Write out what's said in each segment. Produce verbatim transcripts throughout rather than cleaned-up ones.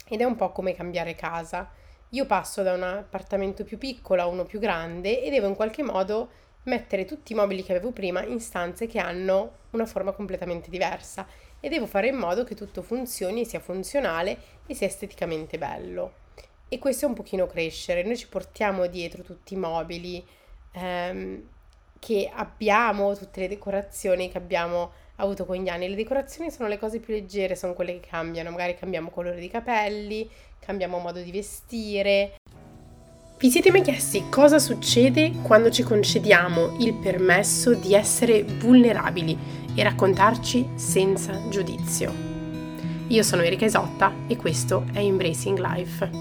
ed è un po' come cambiare casa. Io passo da un appartamento più piccolo a uno più grande e devo in qualche modo mettere tutti i mobili che avevo prima in stanze che hanno una forma completamente diversa e devo fare in modo che tutto funzioni, sia funzionale e sia esteticamente bello. E questo è un pochino crescere. Noi ci portiamo dietro tutti i mobili ehm, che abbiamo, tutte le decorazioni che abbiamo avuto con gli anni. Le decorazioni sono le cose più leggere, sono quelle che cambiano. Magari cambiamo colore di capelli, cambiamo modo di vestire. Vi siete mai chiesti cosa succede quando ci concediamo il permesso di essere vulnerabili e raccontarci senza giudizio? Io sono Erika Isotta e questo è Embracing Life.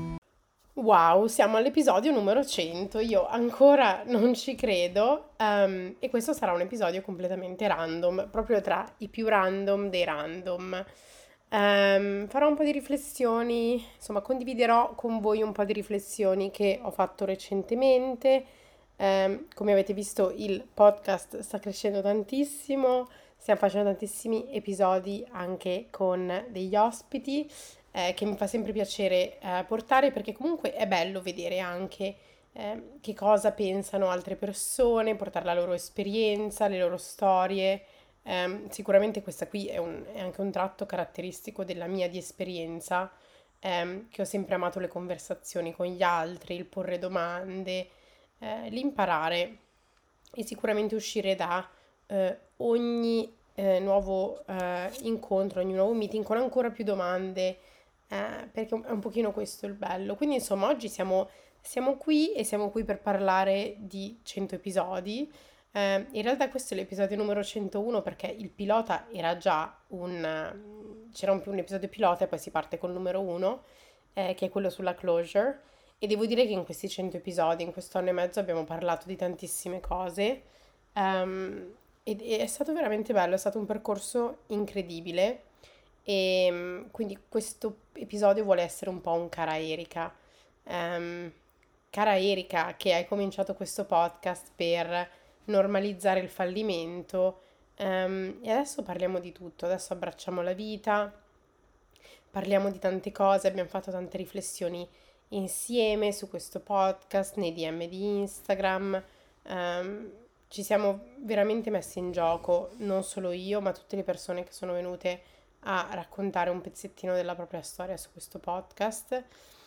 Wow, siamo all'episodio numero cento, io ancora non ci credo, ehm, e questo sarà un episodio completamente random, proprio tra i più random dei random. Ehm, farò un po' di riflessioni, insomma, condividerò con voi un po' di riflessioni che ho fatto recentemente. Ehm, come avete visto, il podcast sta crescendo tantissimo, stiamo facendo tantissimi episodi anche con degli ospiti, eh, che mi fa sempre piacere eh, portare perché comunque è bello vedere anche eh, che cosa pensano altre persone, portare la loro esperienza, le loro storie. Ehm, sicuramente questa qui è, un- è anche un tratto caratteristico della mia di esperienza, ehm, che ho sempre amato le conversazioni con gli altri, il porre domande, eh, l'imparare e sicuramente uscire da eh, ogni eh, nuovo eh, incontro, ogni nuovo meeting con ancora più domande, eh, perché è un pochino questo il bello. Quindi insomma oggi siamo, siamo qui e siamo qui per parlare di cento episodi. Eh, in realtà questo è l'episodio numero centouno perché il pilota era già un... c'era un, un episodio pilota e poi si parte col numero uno, eh, che è quello sulla closure. E devo dire che in questi cento episodi, in questo anno e mezzo, abbiamo parlato di tantissime cose. ehm, ed è stato veramente bello, è stato un percorso incredibile. E mm, quindi questo episodio vuole essere un po' un cara Erika. Ehm, Cara Erika, che hai cominciato questo podcast per normalizzare il fallimento. Ehm, e adesso parliamo di tutto, adesso abbracciamo la vita, parliamo di tante cose, abbiamo fatto tante riflessioni insieme su questo podcast, nei D M di Instagram. Ehm, Ci siamo veramente messi in gioco, non solo io, ma tutte le persone che sono venute a raccontare un pezzettino della propria storia su questo podcast.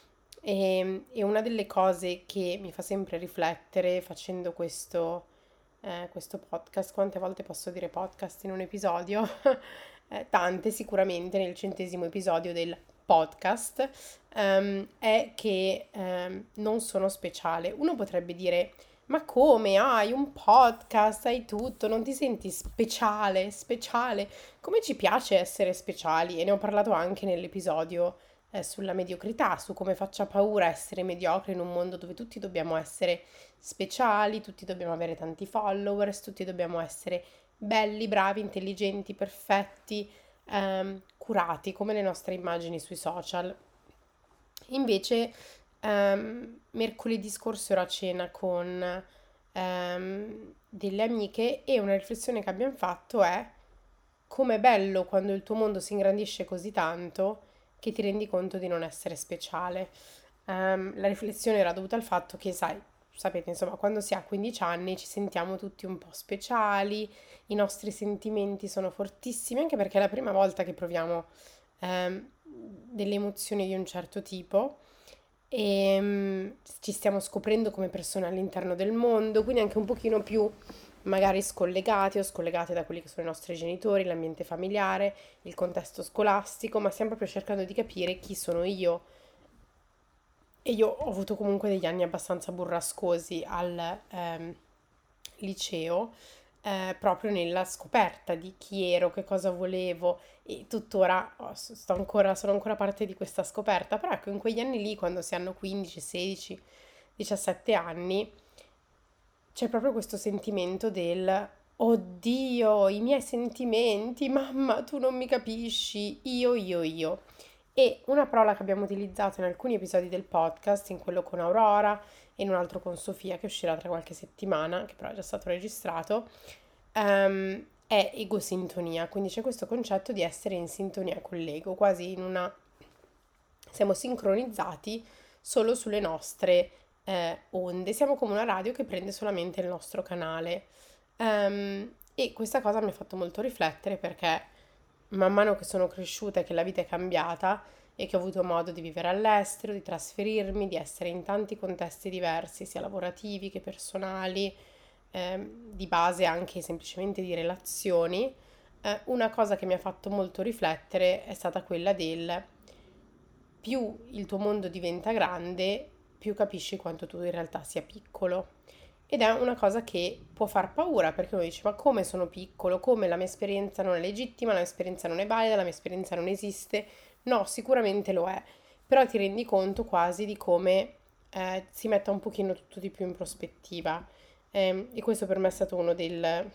E, e una delle cose che mi fa sempre riflettere facendo questo, eh, questo podcast, quante volte posso dire podcast in un episodio? Eh, tante sicuramente nel centesimo episodio del podcast, ehm, è che ehm, non sono speciale. Uno potrebbe dire, ma come hai un podcast, hai tutto, non ti senti speciale, speciale? Come ci piace essere speciali? E ne ho parlato anche nell'episodio eh, sulla mediocrità, su come faccia paura essere mediocre in un mondo dove tutti dobbiamo essere speciali, tutti dobbiamo avere tanti followers, tutti dobbiamo essere belli, bravi, intelligenti, perfetti, ehm, curati come le nostre immagini sui social. Invece, ehm, mercoledì scorso ero a cena con ehm, delle amiche e una riflessione che abbiamo fatto è com'è bello quando il tuo mondo si ingrandisce così tanto che ti rendi conto di non essere speciale. Ehm, la riflessione era dovuta al fatto che, sai, sapete, insomma, quando si ha quindici anni ci sentiamo tutti un po' speciali, i nostri sentimenti sono fortissimi, anche perché è la prima volta che proviamo ehm, delle emozioni di un certo tipo e mm, ci stiamo scoprendo come persone all'interno del mondo, quindi anche un pochino più magari scollegati o scollegate da quelli che sono i nostri genitori, l'ambiente familiare, il contesto scolastico, ma stiamo proprio cercando di capire chi sono io. E io ho avuto comunque degli anni abbastanza burrascosi al ehm, liceo, eh, proprio nella scoperta di chi ero, che cosa volevo e tuttora oh, so- sto ancora, sono ancora parte di questa scoperta, però ecco, in quegli anni lì, quando si hanno quindici, sedici, diciassette anni, c'è proprio questo sentimento del oddio, i miei sentimenti, mamma, tu non mi capisci, io, io, io. E una parola che abbiamo utilizzato in alcuni episodi del podcast, in quello con Aurora e in un altro con Sofia che uscirà tra qualche settimana, che però è già stato registrato, ehm, è egosintonia. Quindi c'è questo concetto di essere in sintonia con l'ego, quasi in una siamo sincronizzati solo sulle nostre eh, onde, siamo come una radio che prende solamente il nostro canale. Um, e questa cosa mi ha fatto molto riflettere, perché man mano che sono cresciuta e che la vita è cambiata e che ho avuto modo di vivere all'estero, di trasferirmi, di essere in tanti contesti diversi, sia lavorativi che personali, ehm, di base anche semplicemente di relazioni, eh, una cosa che mi ha fatto molto riflettere è stata quella del: più il tuo mondo diventa grande, più capisci quanto tu in realtà sia piccolo. Ed è una cosa che può far paura, perché uno dice: ma come sono piccolo? Come la mia esperienza non è legittima, la mia esperienza non è valida, la mia esperienza non esiste? No, sicuramente lo è, però ti rendi conto quasi di come eh, si metta un pochino tutto di più in prospettiva. Ehm, e questo per me è stato uno del-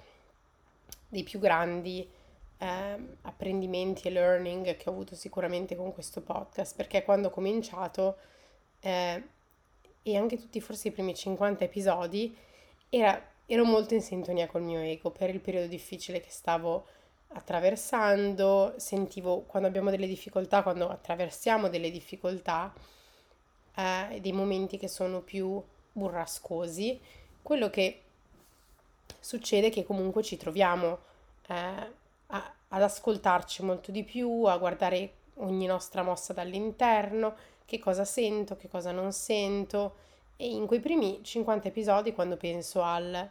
dei più grandi ehm, apprendimenti e learning che ho avuto sicuramente con questo podcast, perché quando ho cominciato, eh, e anche tutti forse i primi cinquanta episodi, era- ero molto in sintonia col mio ego per il periodo difficile che stavo attraversando. Sentivo, quando abbiamo delle difficoltà, quando attraversiamo delle difficoltà, eh, dei momenti che sono più burrascosi, quello che succede è che comunque ci troviamo eh, a- ad ascoltarci molto di più, a guardare ogni nostra mossa dall'interno, che cosa sento, che cosa non sento. E in quei primi cinquanta episodi, quando penso al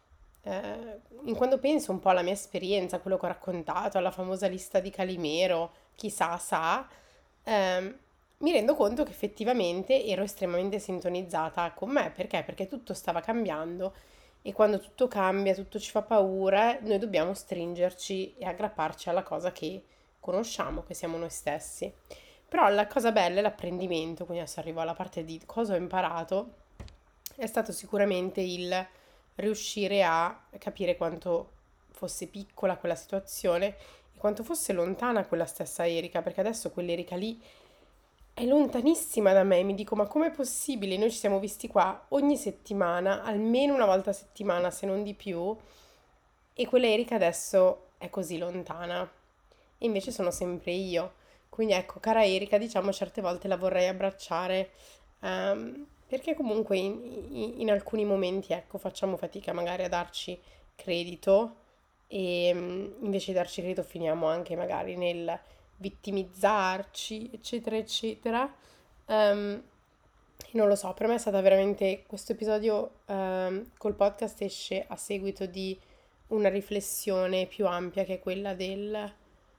eh, in quando penso un po' alla mia esperienza, a quello che ho raccontato, alla famosa lista di Calimero, chi sa sa, ehm, mi rendo conto che effettivamente ero estremamente sintonizzata con me. Perché? Perché tutto stava cambiando, e quando tutto cambia, tutto ci fa paura, noi dobbiamo stringerci e aggrapparci alla cosa che conosciamo, che siamo noi stessi. Però la cosa bella è l'apprendimento, quindi adesso arrivo alla parte di cosa ho imparato, è stato sicuramente il riuscire a capire quanto fosse piccola quella situazione e quanto fosse lontana quella stessa Erika, perché adesso quell'Erika lì è lontanissima da me. Mi dico: ma com'è possibile? Noi ci siamo visti qua ogni settimana, almeno una volta a settimana, se non di più, e quella Erika adesso è così lontana. E invece sono sempre io. Quindi ecco, cara Erika, diciamo certe volte la vorrei abbracciare, ehm, perché comunque in, in- in alcuni momenti, ecco, facciamo fatica magari a darci credito, e mm, invece di darci credito finiamo anche magari nel vittimizzarci, eccetera, eccetera. Ehm, e non lo so, per me è stata veramente, questo episodio ehm, col podcast esce a seguito di una riflessione più ampia, che è quella del: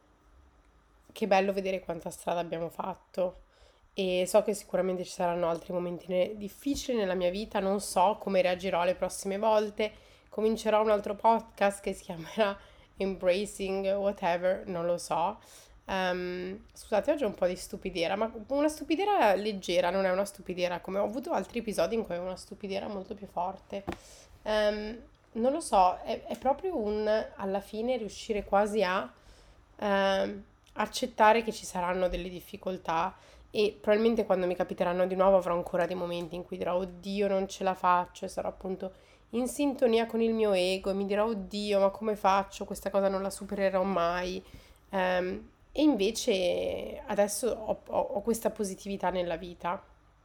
che bello vedere quanta strada abbiamo fatto. E so che sicuramente ci saranno altri momenti ne- difficili nella mia vita, non so come reagirò le prossime volte. Comincerò un altro podcast che si chiamerà Embracing Whatever, non lo so. Ehm, scusate, oggi ho un po' di stupidera, ma una stupidera leggera, non è una stupidera come ho avuto altri episodi in cui ho una stupidera molto più forte. Ehm, Non lo so, è, è proprio un alla fine riuscire quasi a ehm, accettare che ci saranno delle difficoltà, e probabilmente quando mi capiteranno di nuovo avrò ancora dei momenti in cui dirò: oddio, non ce la faccio, e sarò appunto in sintonia con il mio ego e mi dirò: oddio, ma come faccio? Questa cosa non la supererò mai. Ehm, e invece adesso ho, ho- ho questa positività nella vita,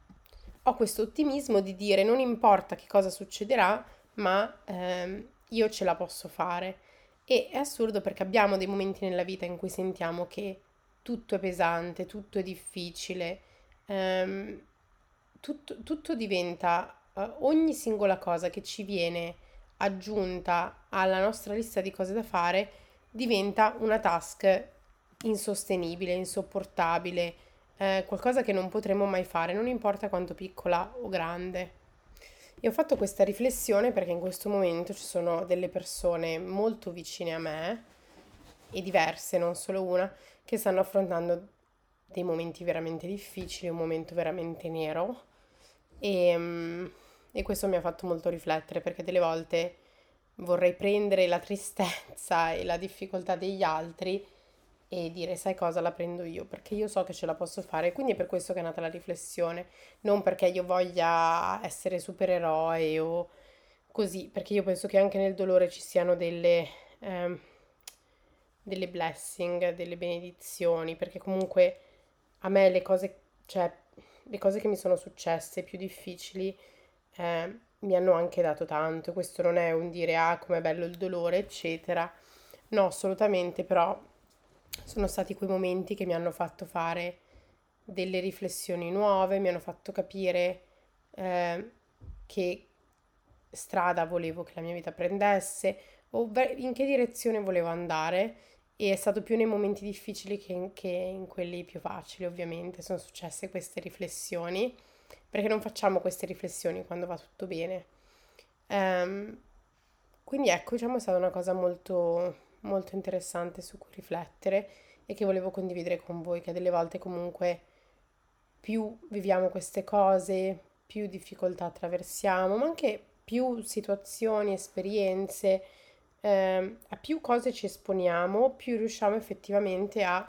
ho questo ottimismo di dire: non importa che cosa succederà, ma ehm, io ce la posso fare. E è assurdo, perché abbiamo dei momenti nella vita in cui sentiamo che tutto è pesante, tutto è difficile, ehm, tutto, tutto diventa, eh, ogni singola cosa che ci viene aggiunta alla nostra lista di cose da fare diventa una task insostenibile, insopportabile, eh, qualcosa che non potremo mai fare, non importa quanto piccola o grande. E ho fatto questa riflessione perché in questo momento ci sono delle persone molto vicine a me, e diverse, non solo una, che stanno affrontando dei momenti veramente difficili, un momento veramente nero, e, mm, e questo mi ha fatto molto riflettere, perché delle volte vorrei prendere la tristezza e la difficoltà degli altri e dire: sai cosa, la prendo io, perché io so che ce la posso fare. Quindi è per questo che è nata la riflessione, non perché io voglia essere supereroe o così, perché io penso che anche nel dolore ci siano delle, ehm, delle blessing, delle benedizioni, perché comunque a me le cose cioè le cose che mi sono successe più difficili eh, mi hanno anche dato tanto. Questo non è un dire ah, com'è bello il dolore, eccetera. No, assolutamente, però sono stati quei momenti che mi hanno fatto fare delle riflessioni nuove, mi hanno fatto capire eh, che strada volevo che la mia vita prendesse o ve- in che direzione volevo andare. E è stato più nei momenti difficili che in, che in quelli più facili, ovviamente. Sono successe queste riflessioni, perché non facciamo queste riflessioni quando va tutto bene. Ehm, quindi ecco, diciamo, è stata una cosa molto, molto interessante su cui riflettere e che volevo condividere con voi, che delle volte comunque più viviamo queste cose, più difficoltà attraversiamo, ma anche più situazioni, esperienze, ehm, a più cose ci esponiamo, più riusciamo effettivamente a,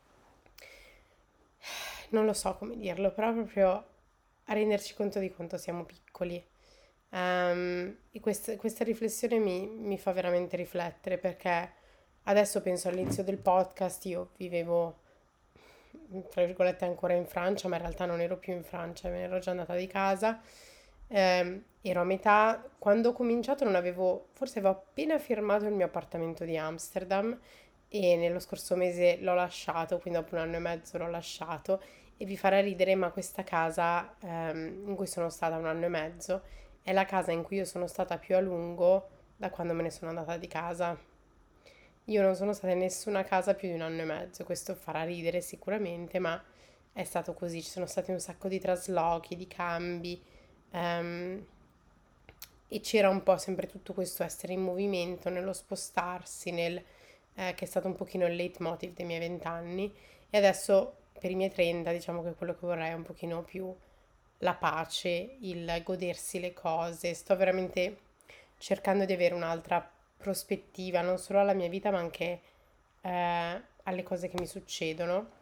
non lo so come dirlo, però proprio a renderci conto di quanto siamo piccoli. Ehm, e quest- questa riflessione mi, mi fa veramente riflettere perché adesso penso all'inizio del podcast, io vivevo, tra virgolette, ancora in Francia, ma in realtà non ero più in Francia, me ne ero già andata di casa. Ehm, ero a metà, quando ho cominciato non avevo, forse avevo appena firmato il mio appartamento di Amsterdam e nello scorso mese l'ho lasciato, quindi dopo un anno e mezzo l'ho lasciato e vi farà ridere, ma questa casa ehm, in cui sono stata un anno e mezzo è la casa in cui io sono stata più a lungo da quando me ne sono andata di casa. Io non sono stata in nessuna casa più di un anno e mezzo, questo farà ridere sicuramente, ma è stato così, ci sono stati un sacco di traslochi, di cambi, ehm, e c'era un po' sempre tutto questo essere in movimento, nello spostarsi, nel, eh, che è stato un pochino il leitmotiv dei miei vent'anni, e adesso per i miei trenta diciamo che quello che vorrei è un pochino più la pace, il godersi le cose, sto veramente cercando di avere un'altra prospettiva, non solo alla mia vita, ma anche eh, alle cose che mi succedono.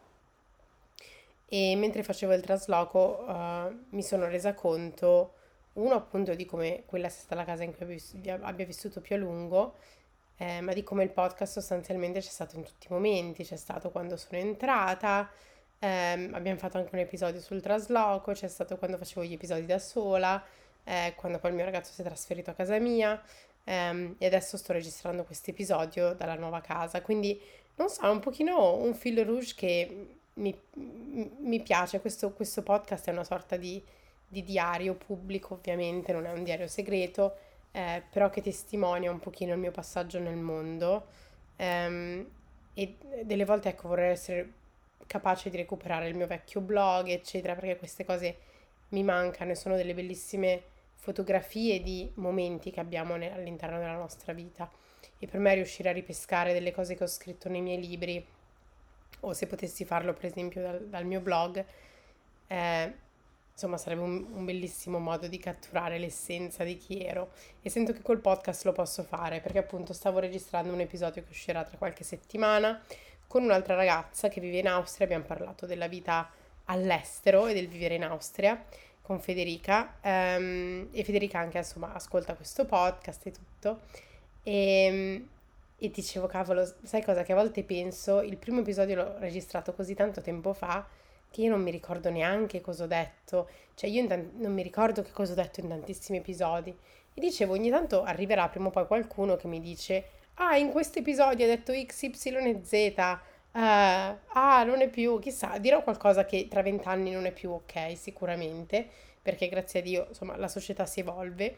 E mentre facevo il trasloco, eh, mi sono resa conto, uno appunto di come quella sia stata la casa in cui abbia vis- abbia vissuto più a lungo, eh, ma di come il podcast sostanzialmente c'è stato in tutti i momenti, c'è stato quando sono entrata, ehm, abbiamo fatto anche un episodio sul trasloco, c'è stato quando facevo gli episodi da sola, eh, quando poi il mio ragazzo si è trasferito a casa mia, ehm, e adesso sto registrando questo episodio dalla nuova casa, quindi non so, è un pochino un fil rouge che mi, mi piace. Questo, questo podcast è una sorta di, di diario pubblico, ovviamente, non è un diario segreto, eh, però che testimonia un pochino il mio passaggio nel mondo. Ehm, e delle volte, ecco, vorrei essere capace di recuperare il mio vecchio blog, eccetera, perché queste cose mi mancano e sono delle bellissime fotografie di momenti che abbiamo ne- all'interno della nostra vita. E per me riuscire a ripescare delle cose che ho scritto nei miei libri, o se potessi farlo per esempio dal, dal mio blog, eh, insomma sarebbe un, un bellissimo modo di catturare l'essenza di chi ero. E sento che col podcast lo posso fare perché appunto stavo registrando un episodio che uscirà tra qualche settimana con un'altra ragazza che vive in Austria. Abbiamo parlato della vita all'estero e del vivere in Austria con Federica, ehm, e Federica anche insomma ascolta questo podcast e tutto. E, e dicevo, cavolo, sai cosa? Che a volte penso, il primo episodio l'ho registrato così tanto tempo fa che io non mi ricordo neanche cosa ho detto. Cioè, io in tan- non mi ricordo che cosa ho detto in tantissimi episodi. E dicevo, ogni tanto arriverà prima o poi qualcuno che mi dice, ah, in questo episodio hai detto X, Y e Z. Eh, ah, non è più, chissà, dirò qualcosa che tra vent'anni non è più ok, sicuramente, perché grazie a Dio, insomma, la società si evolve.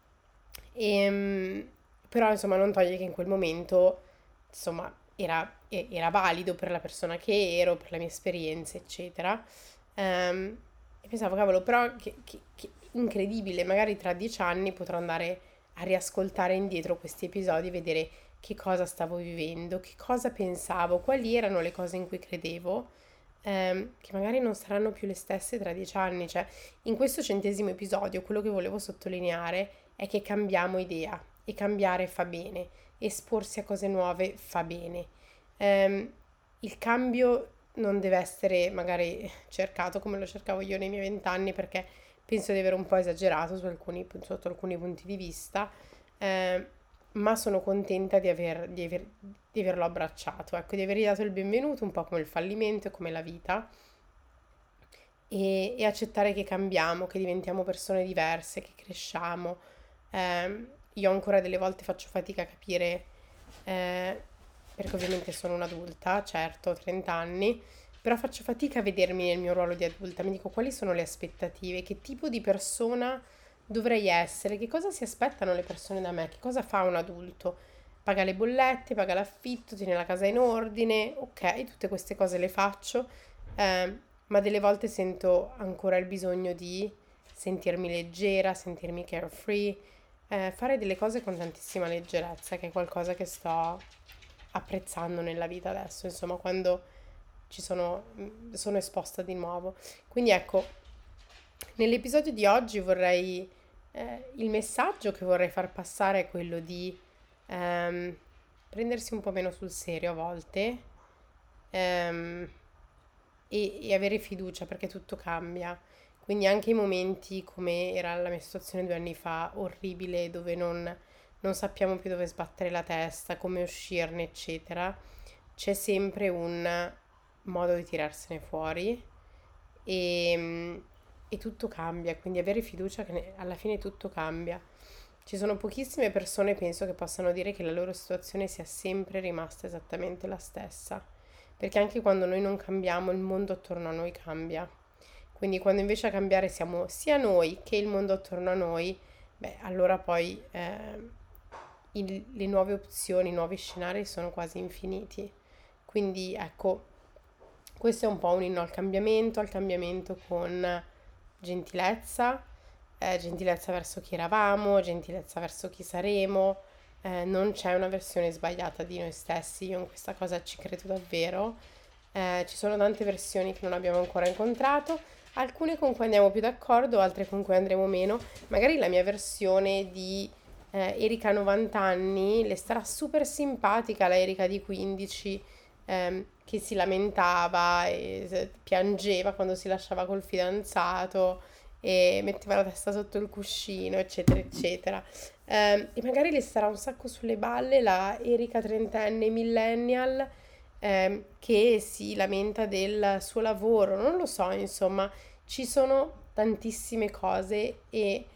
E, però insomma non toglie che in quel momento insomma era, e- era valido per la persona che ero, per le mie esperienze, eccetera. Ehm, e pensavo, cavolo, però che, che- che incredibile, magari tra dieci anni potrò andare a riascoltare indietro questi episodi e vedere che cosa stavo vivendo, che cosa pensavo, quali erano le cose in cui credevo, ehm, che magari non saranno più le stesse tra dieci anni. Cioè, in questo centesimo episodio, quello che volevo sottolineare è che cambiamo idea e cambiare fa bene, esporsi a cose nuove fa bene. Ehm, il cambio non deve essere magari cercato come lo cercavo io nei miei vent'anni perché penso di aver un po' esagerato su alcuni, sotto alcuni punti di vista, ehm, ma sono contenta di, aver, di, aver- di averlo abbracciato, ecco, di avergli dato il benvenuto, un po' come il fallimento e come la vita. e, e accettare che cambiamo, che diventiamo persone diverse, che cresciamo. Ehm, io ancora delle volte faccio fatica a capire, eh, perché ovviamente sono un'adulta, certo, ho trenta anni, però faccio fatica a vedermi nel mio ruolo di adulta. Mi dico quali sono le aspettative, che tipo di persona dovrei essere, che cosa si aspettano le persone da me, che cosa fa un adulto. Paga le bollette, paga l'affitto, tiene la casa in ordine, ok, tutte queste cose le faccio, eh, ma delle volte sento ancora il bisogno di sentirmi leggera, sentirmi carefree, eh, fare delle cose con tantissima leggerezza, che è qualcosa che sto apprezzando nella vita adesso, insomma, quando ci sono, sono esposta di nuovo. Quindi ecco, nell'episodio di oggi vorrei, eh, il messaggio che vorrei far passare è quello di ehm, prendersi un po' meno sul serio a volte, ehm, e, e avere fiducia perché tutto cambia. Quindi anche i momenti come era la mia situazione due anni fa, orribile, dove non, non sappiamo più dove sbattere la testa, come uscirne, eccetera, c'è sempre un modo di tirarsene fuori e, e tutto cambia, quindi avere fiducia che ne- alla fine tutto cambia. Ci sono pochissime persone, penso, che possano dire che la loro situazione sia sempre rimasta esattamente la stessa, perché anche quando noi non cambiamo, il mondo attorno a noi cambia. Quindi quando invece a cambiare siamo sia noi che il mondo attorno a noi, beh, allora poi eh, il- le nuove opzioni, i nuovi scenari sono quasi infiniti. Quindi ecco, questo è un po' un inno al cambiamento, al cambiamento con gentilezza, eh, gentilezza verso chi eravamo, gentilezza verso chi saremo. Eh, non c'è una versione sbagliata di noi stessi, io in questa cosa ci credo davvero. Eh, ci sono tante versioni che non abbiamo ancora incontrato, alcune con cui andiamo più d'accordo, altre con cui andremo meno. Magari la mia versione di eh, Erika novanta anni le starà super simpatica, la Erika di quindici, ehm, che si lamentava e se- piangeva quando si lasciava col fidanzato e metteva la testa sotto il cuscino, eccetera, eccetera. Ehm, e magari le starà un sacco sulle balle la Erika trentenne millennial, ehm, che si lamenta del suo lavoro, non lo so, insomma, ci sono tantissime cose e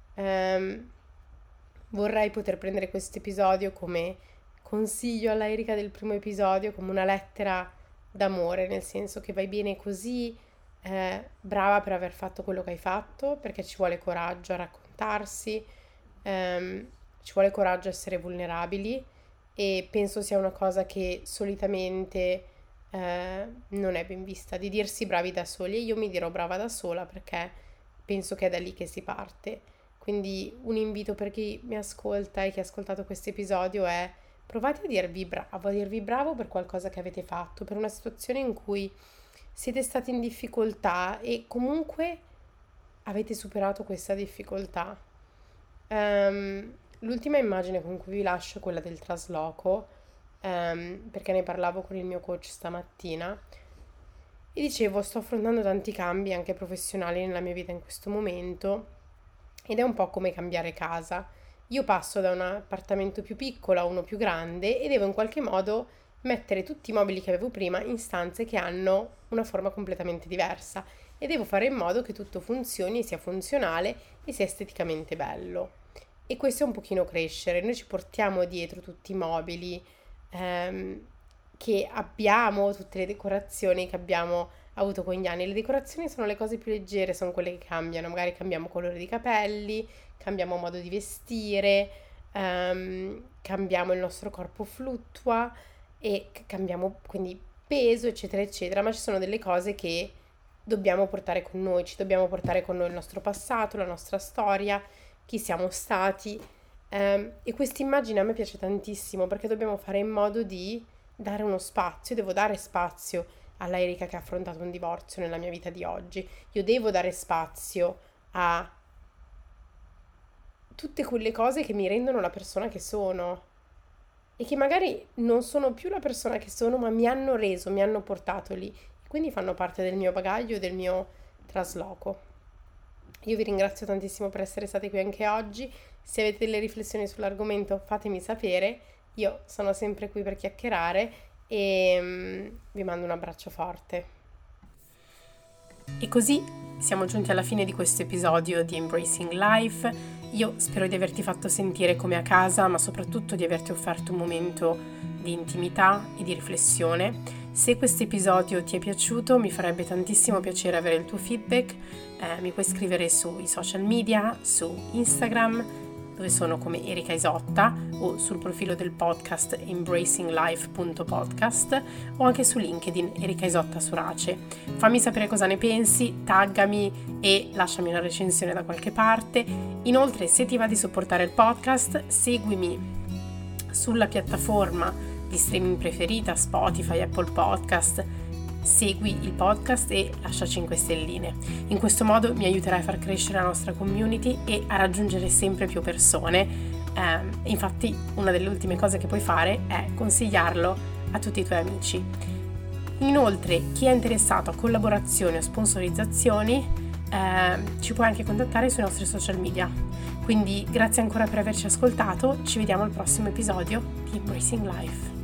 ehm, vorrei poter prendere questo episodio come consiglio alla Erika del primo episodio, come una lettera d'amore, nel senso che vai bene così, eh, brava per aver fatto quello che hai fatto, perché ci vuole coraggio a raccontarsi, ehm, ci vuole coraggio a essere vulnerabili e penso sia una cosa che solitamente eh, non è ben vista, di dirsi bravi da soli e io mi dirò brava da sola perché penso che è da lì che si parte. Quindi un invito per chi mi ascolta e chi ha ascoltato questo episodio è provate a dirvi bravo, a dirvi bravo per qualcosa che avete fatto, per una situazione in cui siete stati in difficoltà e comunque avete superato questa difficoltà. Ehm, l'ultima immagine con cui vi lascio è quella del trasloco, ehm, perché ne parlavo con il mio coach stamattina e dicevo sto affrontando tanti cambi anche professionali nella mia vita in questo momento ed è un po' come cambiare casa. Io passo da un appartamento più piccolo a uno più grande e devo in qualche modo mettere tutti i mobili che avevo prima in stanze che hanno una forma completamente diversa e devo fare in modo che tutto funzioni e sia funzionale e sia esteticamente bello. E questo è un pochino crescere. Noi ci portiamo dietro tutti i mobili ehm, che abbiamo, tutte le decorazioni che abbiamo avuto con gli anni. Le decorazioni sono le cose più leggere, sono quelle che cambiano. Magari cambiamo colore di capelli, cambiamo modo di vestire, ehm, cambiamo il nostro corpo fluttua e c- cambiamo quindi peso, eccetera, eccetera. Ma ci sono delle cose che dobbiamo portare con noi, ci dobbiamo portare con noi il nostro passato, la nostra storia, chi siamo stati. Ehm, e questa immagine a me piace tantissimo perché dobbiamo fare in modo di dare uno spazio, devo dare spazio alla Erika che ha affrontato un divorzio nella mia vita di oggi. Io devo dare spazio a tutte quelle cose che mi rendono la persona che sono e che magari non sono più la persona che sono, ma mi hanno reso, mi hanno portato lì e quindi fanno parte del mio bagaglio e del mio trasloco. Io vi ringrazio tantissimo per essere stati qui anche oggi. Se avete delle riflessioni sull'argomento fatemi sapere. Io sono sempre qui per chiacchierare e mm, vi mando un abbraccio forte. E così siamo giunti alla fine di questo episodio di Embracing Life. Io spero di averti fatto sentire come a casa, ma soprattutto di averti offerto un momento di intimità e di riflessione. Se questo episodio ti è piaciuto, mi farebbe tantissimo piacere avere il tuo feedback. Eh, mi puoi scrivere sui social media, su Instagram, dove sono come Erika Isotta, o sul profilo del podcast embracing life punto podcast, o anche su LinkedIn Erika Isotta Surace. Fammi sapere cosa ne pensi, taggami e lasciami una recensione da qualche parte. Inoltre, se ti va di supportare il podcast, seguimi sulla piattaforma di streaming preferita, Spotify, Apple Podcast. Segui il podcast e lascia cinque stelline. In questo modo mi aiuterai a far crescere la nostra community e a raggiungere sempre più persone. Eh, infatti, una delle ultime cose che puoi fare è consigliarlo a tutti i tuoi amici. Inoltre, chi è interessato a collaborazioni o sponsorizzazioni eh, ci puoi anche contattare sui nostri social media. Quindi grazie ancora per averci ascoltato, ci vediamo al prossimo episodio di Embracing Life.